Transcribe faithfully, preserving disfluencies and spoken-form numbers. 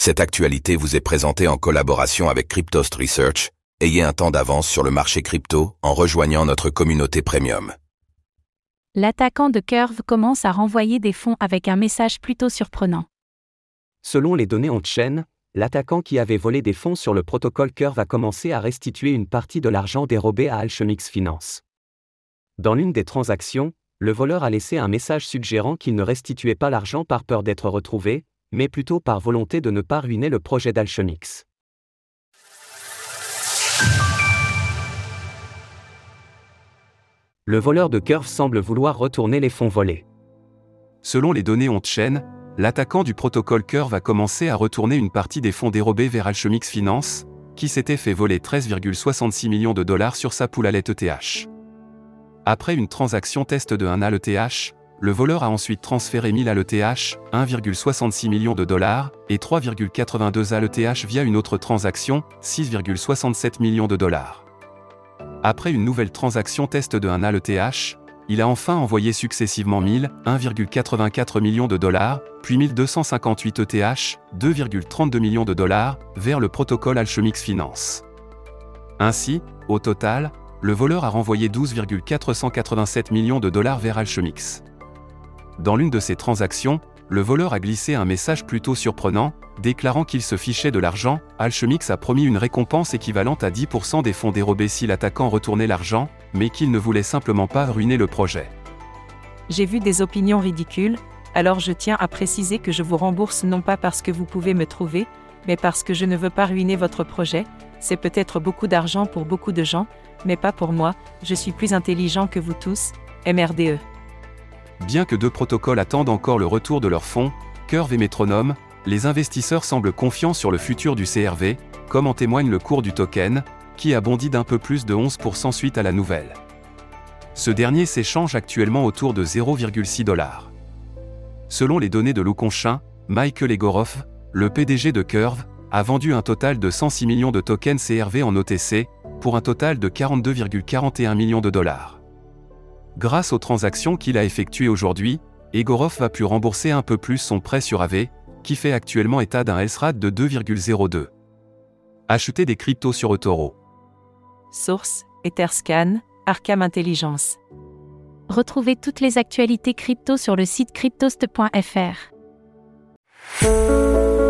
Cette actualité vous est présentée en collaboration avec Cryptost Research. Ayez un temps d'avance sur le marché crypto en rejoignant notre communauté premium. L'attaquant de Curve commence à renvoyer des fonds avec un message plutôt surprenant. Selon les données on-chain, l'attaquant qui avait volé des fonds sur le protocole Curve a commencé à restituer une partie de l'argent dérobé à Alchemix Finance. Dans l'une des transactions, le voleur a laissé un message suggérant qu'il ne restituait pas l'argent par peur d'être retrouvé, mais plutôt par volonté de ne pas ruiner le projet d'Alchemix. Le voleur de Curve semble vouloir retourner les fonds volés. Selon les données on-chain, l'attaquant du protocole Curve a commencé à retourner une partie des fonds dérobés vers Alchemix Finance, qui s'était fait voler treize virgule soixante-six millions de dollars sur sa pool à l'E T H. Après une transaction test de un A L E T H, le voleur a ensuite transféré mille A L E T H, un virgule soixante-six millions de dollars, et trois virgule quatre-vingt-deux A L E T H via une autre transaction, six virgule soixante-sept millions de dollars. Après une nouvelle transaction test de un A L E T H, il a enfin envoyé successivement mille, un virgule quatre-vingt-quatre millions de dollars, puis mille deux cent cinquante-huit E T H, deux virgule trente-deux millions de dollars, vers le protocole Alchemix Finance. Ainsi, au total, le voleur a renvoyé douze virgule quatre cent quatre-vingt-sept millions de dollars vers Alchemix. Dans l'une de ces transactions, le voleur a glissé un message plutôt surprenant, déclarant qu'il se fichait de l'argent. Alchemix a promis une récompense équivalente à dix pour cent des fonds dérobés si l'attaquant retournait l'argent, mais qu'il ne voulait simplement pas ruiner le projet. J'ai vu des opinions ridicules, alors je tiens à préciser que je vous rembourse non pas parce que vous pouvez me trouver, mais parce que je ne veux pas ruiner votre projet. C'est peut-être beaucoup d'argent pour beaucoup de gens, mais pas pour moi, je suis plus intelligent que vous tous, M R D E. Bien que deux protocoles attendent encore le retour de leurs fonds, Curve et Metronome, les investisseurs semblent confiants sur le futur du C R V, comme en témoigne le cours du token, qui a bondi d'un peu plus de onze pour cent suite à la nouvelle. Ce dernier s'échange actuellement autour de zéro virgule six dollars. Selon les données de Lukonchin, Michael Egorov, le P D G de Curve, a vendu un total de cent six millions de tokens C R V en O T C, pour un total de quarante-deux virgule quarante et un millions de dollars. Grâce aux transactions qu'il a effectuées aujourd'hui, Egorov a pu rembourser un peu plus son prêt sur A V, qui fait actuellement état d'un S R A T de deux virgule zéro deux. Achetez des cryptos sur eToro. Source, Etherscan, Arkham Intelligence. Retrouvez toutes les actualités crypto sur le site cryptost point f r.